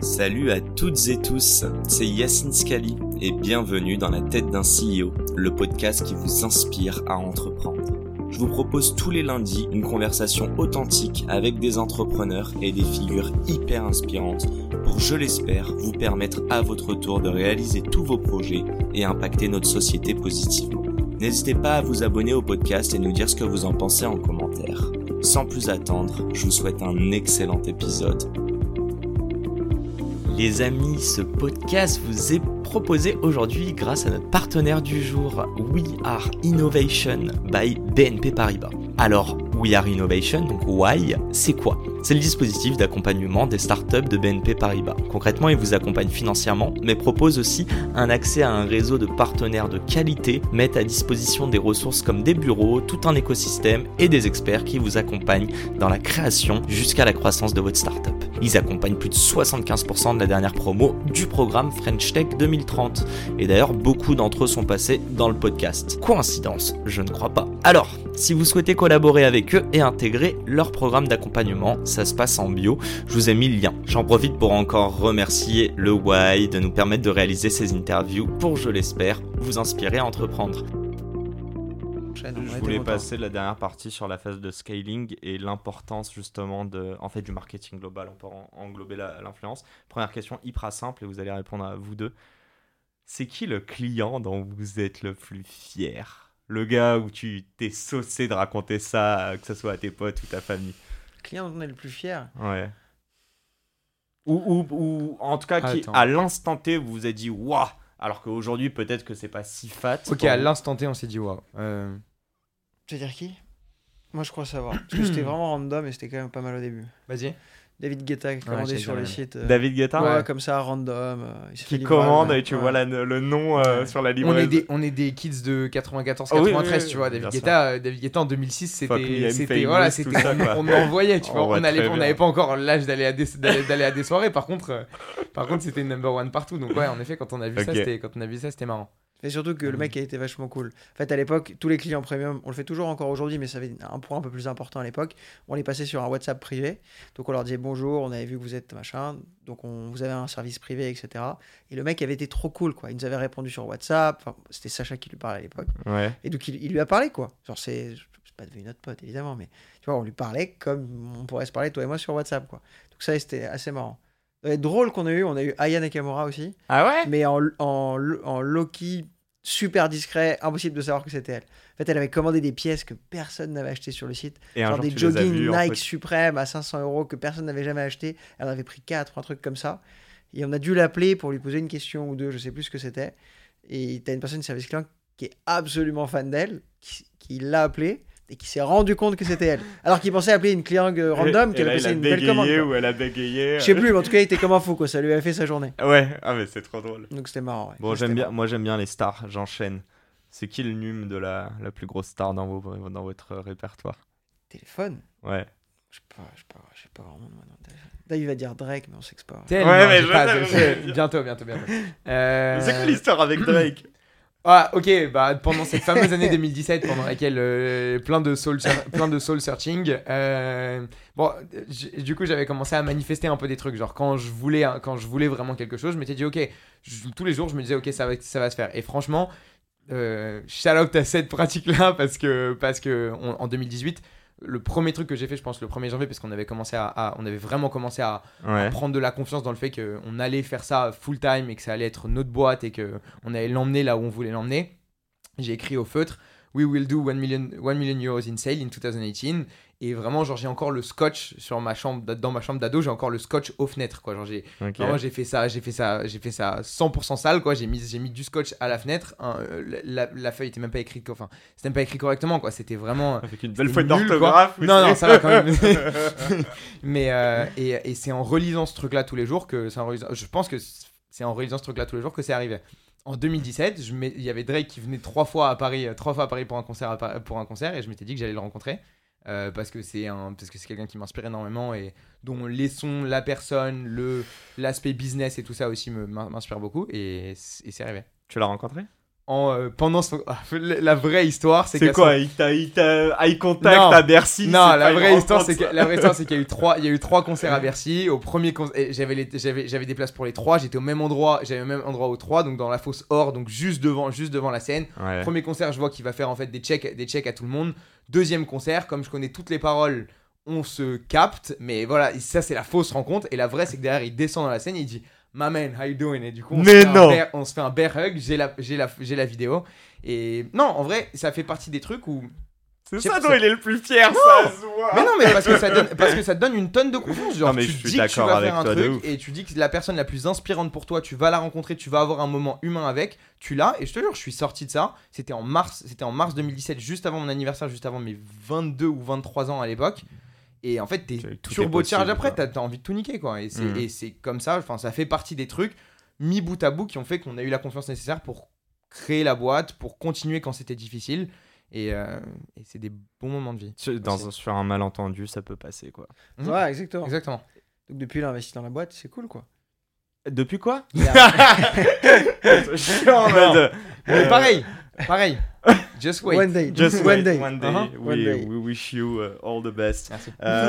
Salut à toutes et tous, c'est Yacine Scali et bienvenue dans La tête d'un CEO, le podcast qui vous inspire à entreprendre. Je vous propose tous les lundis une conversation authentique avec des entrepreneurs et des figures hyper inspirantes pour, je l'espère, vous permettre à votre tour de réaliser tous vos projets et impacter notre société positivement. N'hésitez pas à vous abonner au podcast et nous dire ce que vous en pensez en commentaire. Sans plus attendre, je vous souhaite un excellent épisode. Les amis, ce podcast vous est proposé aujourd'hui grâce à notre partenaire du jour, We Are Innovation by BNP Paribas. Alors, We Are Innovation, donc Why, c'est quoi ? C'est le dispositif d'accompagnement des startups de BNP Paribas. Concrètement, il vous accompagne financièrement, mais propose aussi un accès à un réseau de partenaires de qualité, mettent à disposition des ressources comme des bureaux, tout un écosystème et des experts qui vous accompagnent dans la création jusqu'à la croissance de votre startup. Ils accompagnent plus de 75% de la dernière promo du programme French Tech 2030. Et d'ailleurs, beaucoup d'entre eux sont passés dans le podcast. Coïncidence ? Je ne crois pas. Alors, si vous souhaitez collaborer avec eux et intégrer leur programme d'accompagnement, ça se passe en bio, je vous ai mis le lien. J'en profite pour encore remercier le Why de nous permettre de réaliser ces interviews pour, je l'espère, vous inspirer à entreprendre. Je voulais passer la dernière partie sur la phase de scaling et l'importance justement du marketing global. On peut englober l'influence. Première question hyper simple et vous allez répondre à vous deux. C'est qui le client dont vous êtes le plus fier ? Le gars où tu t'es saucé de raconter ça, que ce soit à tes potes ou ta famille. Le client dont on est le plus fier ? Ouais. Ou en tout cas qui à l'instant T vous vous êtes dit waouh, alors qu'aujourd'hui peut-être que c'est pas si fat. Ok, à l'instant T on s'est dit waouh. Tu veux dire qui ? Moi je crois savoir. Parce que c'était vraiment random et c'était quand même pas mal au début. Vas-y. David Guetta qui commandait sur les sites. David Guetta ouais, comme ça, random. Qui commande et tu vois le nom sur la livraison. On est des kids de 94-93, tu vois. David Guetta en 2006, c'était voilà, on envoyait, tu vois. On n'avait pas encore l'âge d'aller à des soirées. Par contre, c'était number one partout. Donc ouais, en effet, quand on a vu ça, c'était marrant. Et surtout que le mec a été vachement cool. En fait, à l'époque, tous les clients premium, on le fait toujours encore aujourd'hui, mais ça avait un point un peu plus important à l'époque. On les passait sur un WhatsApp privé. Donc, on leur disait bonjour, on avait vu que vous êtes machin. Donc, vous avez un service privé, etc. Et le mec avait été trop cool, quoi. Il nous avait répondu sur WhatsApp. Enfin, c'était Sacha qui lui parlait à l'époque. Ouais. Et donc, il lui a parlé, quoi. Genre, c'est pas devenu notre pote, évidemment, mais tu vois, on lui parlait comme on pourrait se parler, toi et moi, sur WhatsApp, quoi. Donc, ça, c'était assez marrant. Drôle qu'on a eu Aya Nakamura aussi. Ah ouais ? Mais en low-key, super discret, impossible de savoir que c'était elle. En fait, elle avait commandé des pièces que personne n'avait achetées sur le site. Et genre des jogging Nike Supreme à 500 € que personne n'avait jamais acheté. Elle en avait pris 4, un truc comme ça. Et on a dû l'appeler pour lui poser une question ou deux, je sais plus ce que c'était. Et t'as une personne du service client qui est absolument fan d'elle, qui l'a appelée et qui s'est rendu compte que c'était elle. Alors qu'il pensait appeler une cliente random qui avait passé une belle commande. Ou elle a bégayé. Je sais plus, mais en tout cas, il était comme un fou, quoi. Ça lui avait fait sa journée. Ouais, mais c'est trop drôle. Donc c'était marrant. Ouais. Bon, j'aime bien les stars, j'enchaîne. C'est qui le num de la plus grosse star dans votre répertoire ? Téléphone ? Ouais. Je sais pas vraiment. Là, il va dire Drake, mais on sait que c'est pas. Bientôt. C'est quoi l'histoire avec Drake ? Ah, ok, pendant cette fameuse année 2017 pendant laquelle plein de soul searching, du coup j'avais commencé à manifester un peu des trucs, genre quand je voulais vraiment quelque chose, je m'étais dit ok, tous les jours je me disais ok, ça va se faire. Et franchement, shout out à cette pratique là parce que en 2018 le premier truc que j'ai fait, je pense le 1er janvier, parce qu'on avait vraiment commencé à prendre de la confiance dans le fait qu'on allait faire ça full time et que ça allait être notre boîte et qu'on allait l'emmener là où on voulait l'emmener. J'ai écrit au feutre We will do 1 million euros in sale in 2018. Et vraiment, genre, j'ai encore le scotch dans ma chambre d'ado, j'ai encore le scotch aux fenêtres, quoi. Genre, vraiment, j'ai fait ça 100% sale, quoi. J'ai mis du scotch à la fenêtre. La feuille était même pas écrite, enfin, c'était même pas écrit correctement, quoi. C'était vraiment. Avec une belle faute d'orthographe. Non, ça va quand même. Mais, et c'est en relisant ce truc-là tous les jours je pense que c'est en relisant ce truc-là tous les jours que c'est arrivé. En 2017, il y avait Drake qui venait 3 fois à Paris pour un concert, et je m'étais dit que j'allais le rencontrer. Parce que c'est quelqu'un qui m'inspire énormément et dont les sons, la personne, l'aspect business et tout ça aussi m'inspire beaucoup, et c'est arrivé. Tu l'as rencontré ? pendant la vraie histoire, c'est C'est quoi, il t'a eye contact Non. à Bercy? Non, c'est la pas une vraie histoire, rencontre, c'est qu'il y a eu 3 concerts à Bercy. Au premier j'avais des places pour les 3. J'étais au même endroit, j'avais le même endroit aux 3, donc dans la fosse or, donc juste devant la scène. Ouais. Premier concert, je vois qu'il va faire en fait des checks à tout le monde. Deuxième concert, comme je connais toutes les paroles, on se capte, mais voilà, ça c'est la fausse rencontre. Et la vraie, c'est que derrière, il descend dans la scène, et il dit "My man, how you doing?" Et du coup, on se fait un bear hug. J'ai la vidéo. Et non, en vrai, ça fait partie des trucs où. C'est Je sais ça pas, dont il est le plus fier, ça se voit. Mais non, mais parce que ça te donne une tonne de confiance. Genre, Non, mais tu je te suis dis que tu d'accord vas avec faire un toi de truc ouf. et tu dis que la personne la plus inspirante pour toi, tu vas la rencontrer, tu vas avoir un moment humain avec, tu l'as. Et je te jure, je suis sorti de ça. C'était en mars 2017, juste avant mon anniversaire, juste avant mes 22 ou 23 ans à l'époque. Et en fait, t'es Tout est turbocharge possible, après, quoi. t'as envie de tout niquer, quoi. Et Mm. c'est comme ça, enfin, ça fait partie des trucs mis bout à bout qui ont fait qu'on a eu la confiance nécessaire pour créer la boîte, pour continuer quand c'était difficile. Et c'est des bons moments de vie. Sur un malentendu, ça peut passer, quoi. Mhm. Ouais, exactement. Exactement. Donc depuis, il a investi dans la boîte, c'est cool, quoi. Depuis quoi? Il a- Je suis en mode... Mais pareil. Just wait. One day, Just one wait, day. one day. Uh-huh. We, One day. we wish you all the best. Merci.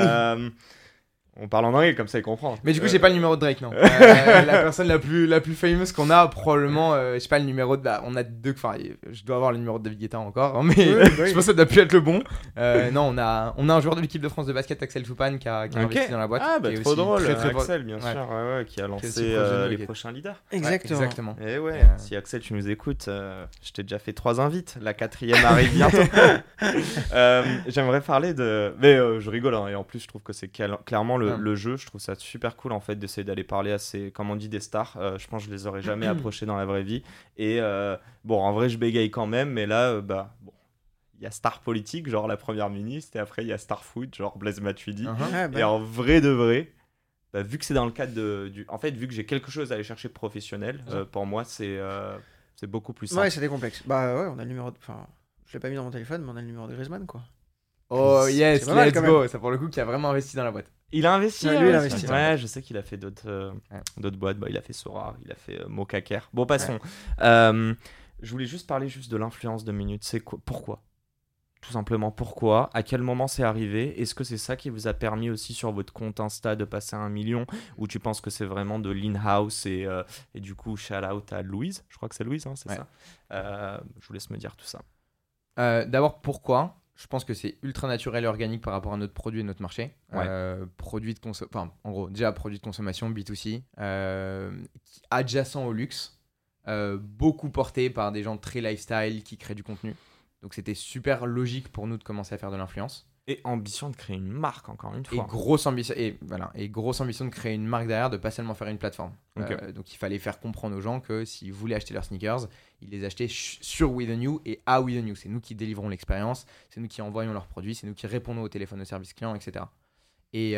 On parle en anglais, comme ça il comprend. Mais du coup, j'ai pas le numéro de Drake, non. La personne la plus fameuse qu'on a, probablement, j'ai pas le numéro de. On a deux. Enfin, je dois avoir le numéro de David Guetta encore, hein, mais Oui, bah oui. je pense que ça doit plus être le bon. Non, on a un joueur de l'équipe de France de basket, Axel Toupane, qui a investi dans la boîte. Ah, bah qui est trop aussi drôle, très, très Axel, bien Ouais. sûr, ouais, qui a lancé aussi proche de nous, les qui est- prochains leaders. Exactement. Ouais, exactement. Et ouais, Et, si Axel, tu nous écoutes, je t'ai déjà fait 3 invites. La 4e arrive bientôt. J'aimerais parler de. Mais je rigole, hein, et en plus, je trouve que c'est clairement le jeu. Je trouve ça super cool en fait d'essayer d'aller parler à ces, comme on dit, des stars. Je pense que je les aurais jamais approchés dans la vraie vie. Et bon, en vrai, je bégaye quand même, mais là, bon. Il y a star politique, genre la première ministre, et après il y a star foot, genre Blaise Matuidi. Uh-huh. Ouais, bah, Et en vrai de vrai, vu que c'est dans le cadre en fait, vu que j'ai quelque chose à aller chercher professionnel, pour moi, c'est beaucoup plus simple. ouais, c'était complexe. Bah ouais, on a le numéro de... Enfin, je l'ai pas mis dans mon téléphone, mais on a le numéro de Griezmann, quoi. Oh yes, C'est pas mal, let's quand go. Ça pour le coup, qui a vraiment investi dans la boîte. Il a investi. Ouais, lui, il a investi. Ouais, je sais qu'il a fait d'autres boîtes. Bah, il a fait Sora, il a fait Mokaker. Bon, passons. Je voulais juste parler de l'influence de Minute. C'est quoi? Pourquoi? Tout simplement, pourquoi? À quel moment c'est arrivé? Est-ce que c'est ça qui vous a permis aussi sur votre compte Insta de passer à 1 million? Ou tu penses que c'est vraiment de l'in-house et du coup, shout-out à Louise? Je crois que c'est Louise, hein, c'est Ouais. ça. Je vous laisse me dire tout ça. D'abord, pourquoi? Je pense que c'est ultra naturel et organique par rapport à notre produit et notre marché. Ouais. En gros, déjà produit de consommation, B2C, adjacent au luxe, beaucoup porté par des gens très lifestyle qui créent du contenu. Donc c'était super logique pour nous de commencer à faire de l'influence. Et ambition de créer une marque, encore une Et fois. grosse ambition de créer une marque derrière, de pas seulement faire une plateforme. Ok. Donc il fallait faire comprendre aux gens que s'ils voulaient acheter leurs sneakers, ils les achetaient sur With The New et à With The New. C'est nous qui délivrons l'expérience, c'est nous qui envoyons leurs produits, c'est nous qui répondons au téléphone de service client, etc. Et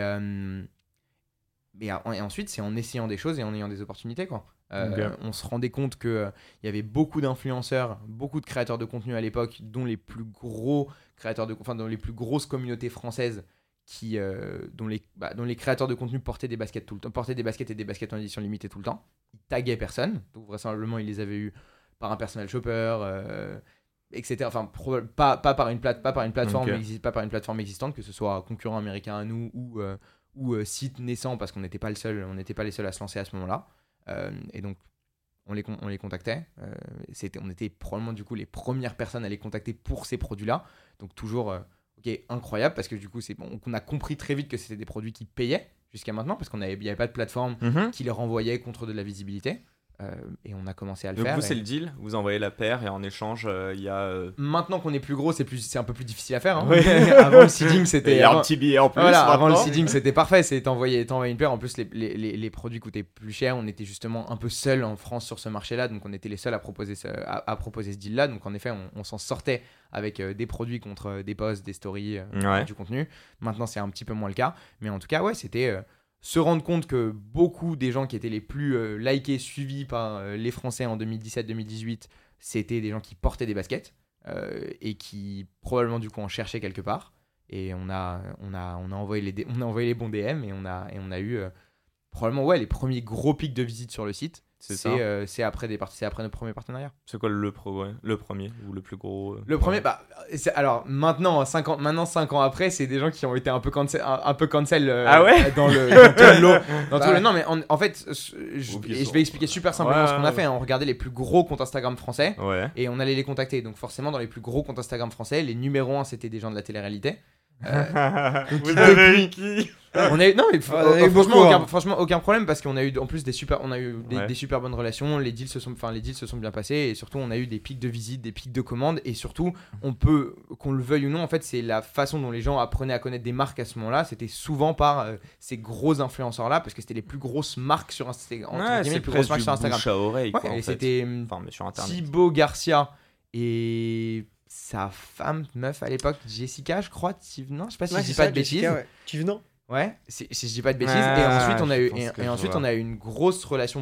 ensuite, c'est en essayant des choses et en ayant des opportunités, quoi. Ok. On se rendait compte qu'il y avait beaucoup d'influenceurs, beaucoup de créateurs de contenu à l'époque, dont les plus gros dans les plus grosses communautés françaises, dont les créateurs de contenu portaient des baskets tout le temps, portaient des baskets et des baskets en édition limitée tout le temps. Ils taguaient personne, donc vraisemblablement ils les avaient eu par un personal shopper, etc. Enfin, pas par une plateforme, Ok. pas par une plateforme existante, que ce soit un concurrent américain à nous ou site naissant, parce qu'on n'était pas les seuls à se lancer à ce moment-là. Et donc on les contactait. On était probablement du coup les premières personnes à les contacter pour ces produits-là. Donc toujours incroyable, parce que du coup on a compris très vite que c'était des produits qui payaient jusqu'à maintenant, parce qu'il n'y avait pas de plateforme qui les renvoyait contre de la visibilité. Et on a commencé à le Donc faire. vous, c'est le deal, vous envoyez la paire et en échange, il y a... Maintenant qu'on est plus gros, c'est un peu plus difficile à faire. Hein. Oui. Avant le seeding, Il c'était... y a un petit billet en plus. Voilà, avant le maintenant. seeding, c'était parfait. C'est t'envoyer une paire. En plus, les produits coûtaient plus cher. On était justement un peu seuls en France sur ce marché-là. Donc, on était les seuls à proposer ce deal-là. Donc, en effet, on s'en sortait avec des produits contre des posts, des stories, Ouais. du contenu. Maintenant, c'est un petit peu moins le cas. Mais en tout cas, ouais, c'était se rendre compte que beaucoup des gens qui étaient les plus likés, suivis par les Français en 2017-2018, c'était des gens qui portaient des baskets et qui probablement du coup en cherchaient quelque part. Et on a envoyé les bons DM et on a eu probablement les premiers gros pics de visite sur le site. C'est après notre premier partenariat. C'est quoi le premier ou le plus gros Le premier, alors maintenant, 5 ans après, c'est des gens qui ont été un peu cancel dans le lot. Non, mais en fait, je vais expliquer super simplement ce qu'on a fait. On regardait les plus gros comptes Instagram français et on allait les contacter. Donc forcément, dans les plus gros comptes Instagram français, les numéros 1, c'était des gens de la télé-réalité. Vous avez eu qui franchement aucun problème parce qu'on a eu en plus des super bonnes relations, les deals se sont bien passés et surtout on a eu des pics de visite, des pics de commandes et surtout on peut, qu'on le veuille ou non, en fait c'est la façon dont les gens apprenaient à connaître des marques à ce moment-là, c'était souvent par ces gros influenceurs là parce que c'était les plus grosses marques sur Instagram, c'est presque du bouche à oreille quoi, et en fait. C'était sur internet. Thibaut Garcia et sa femme, meuf à l'époque, Jessica, je crois. Non, je sais pas si je dis pas de bêtises. Thivenant. Ouais, si je dis pas de bêtises. Et ensuite, on a eu une grosse relation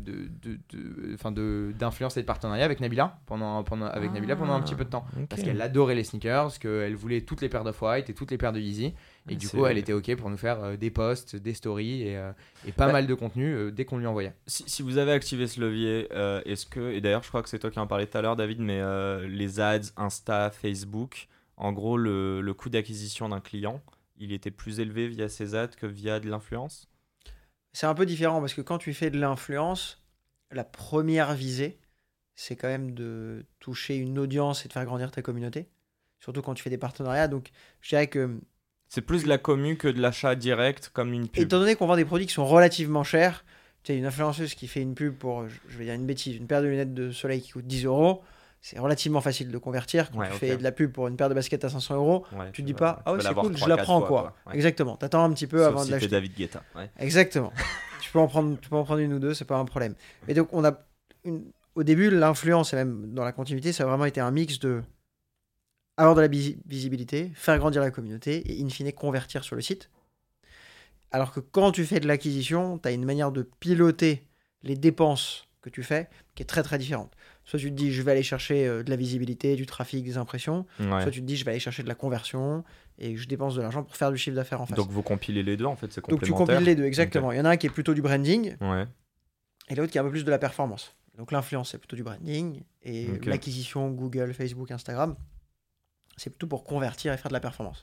d'influence et de partenariat avec Nabila pendant un petit peu de temps. Okay. Parce qu'elle adorait les sneakers, qu'elle voulait toutes les paires d'Off-White et toutes les paires de Yeezy. Et du coup, elle était OK pour nous faire des posts, des stories et pas mal de contenu dès qu'on lui envoyait. Si vous avez activé ce levier, et d'ailleurs, je crois que c'est toi qui en parlais tout à l'heure, David, mais les ads, Insta, Facebook, en gros, le coût d'acquisition d'un client, il était plus élevé via ces ads que via de l'influence ? C'est un peu différent parce que quand tu fais de l'influence, la première visée, c'est quand même de toucher une audience et de faire grandir ta communauté. Surtout quand tu fais des partenariats. Donc, je dirais que... C'est plus de la commu que de l'achat direct comme une pub. Étant donné qu'on vend des produits qui sont relativement chers, tu as une influenceuse qui fait une pub pour, je vais dire une bêtise, une paire de lunettes de soleil qui coûte 10 €. C'est relativement facile de convertir. Quand tu fais de la pub pour une paire de baskets à 500 €, tu te dis pas, c'est cool, je la prends quoi. Ouais. Exactement. T'attends un petit peu avant de l'acheter. C'était David Guetta. Ouais. Exactement. tu peux en prendre une ou deux, c'est pas un problème. Et donc on a au début l'influence et même dans la continuité, ça a vraiment été un mix de avoir de la visibilité, faire grandir la communauté et in fine convertir sur le site. Alors que quand tu fais de l'acquisition, tu as une manière de piloter les dépenses que tu fais qui est très très différente. Soit tu te dis je vais aller chercher de la visibilité, du trafic, des impressions, soit tu te dis je vais aller chercher de la conversion et je dépense de l'argent pour faire du chiffre d'affaires en face. Donc vous compilez les deux en fait, c'est complémentaire. Donc tu compiles les deux, exactement. Okay. Il y en a un qui est plutôt du branding et l'autre qui est un peu plus de la performance. Donc l'influence c'est plutôt du branding et l'acquisition Google, Facebook, Instagram c'est plutôt pour convertir et faire de la performance.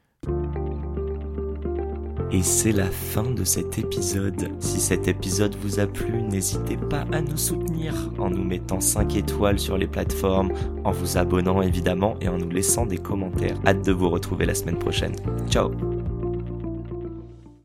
Et c'est la fin de cet épisode. Si cet épisode vous a plu, n'hésitez pas à nous soutenir en nous mettant 5 étoiles sur les plateformes, en vous abonnant évidemment et en nous laissant des commentaires. Hâte de vous retrouver la semaine prochaine. Ciao!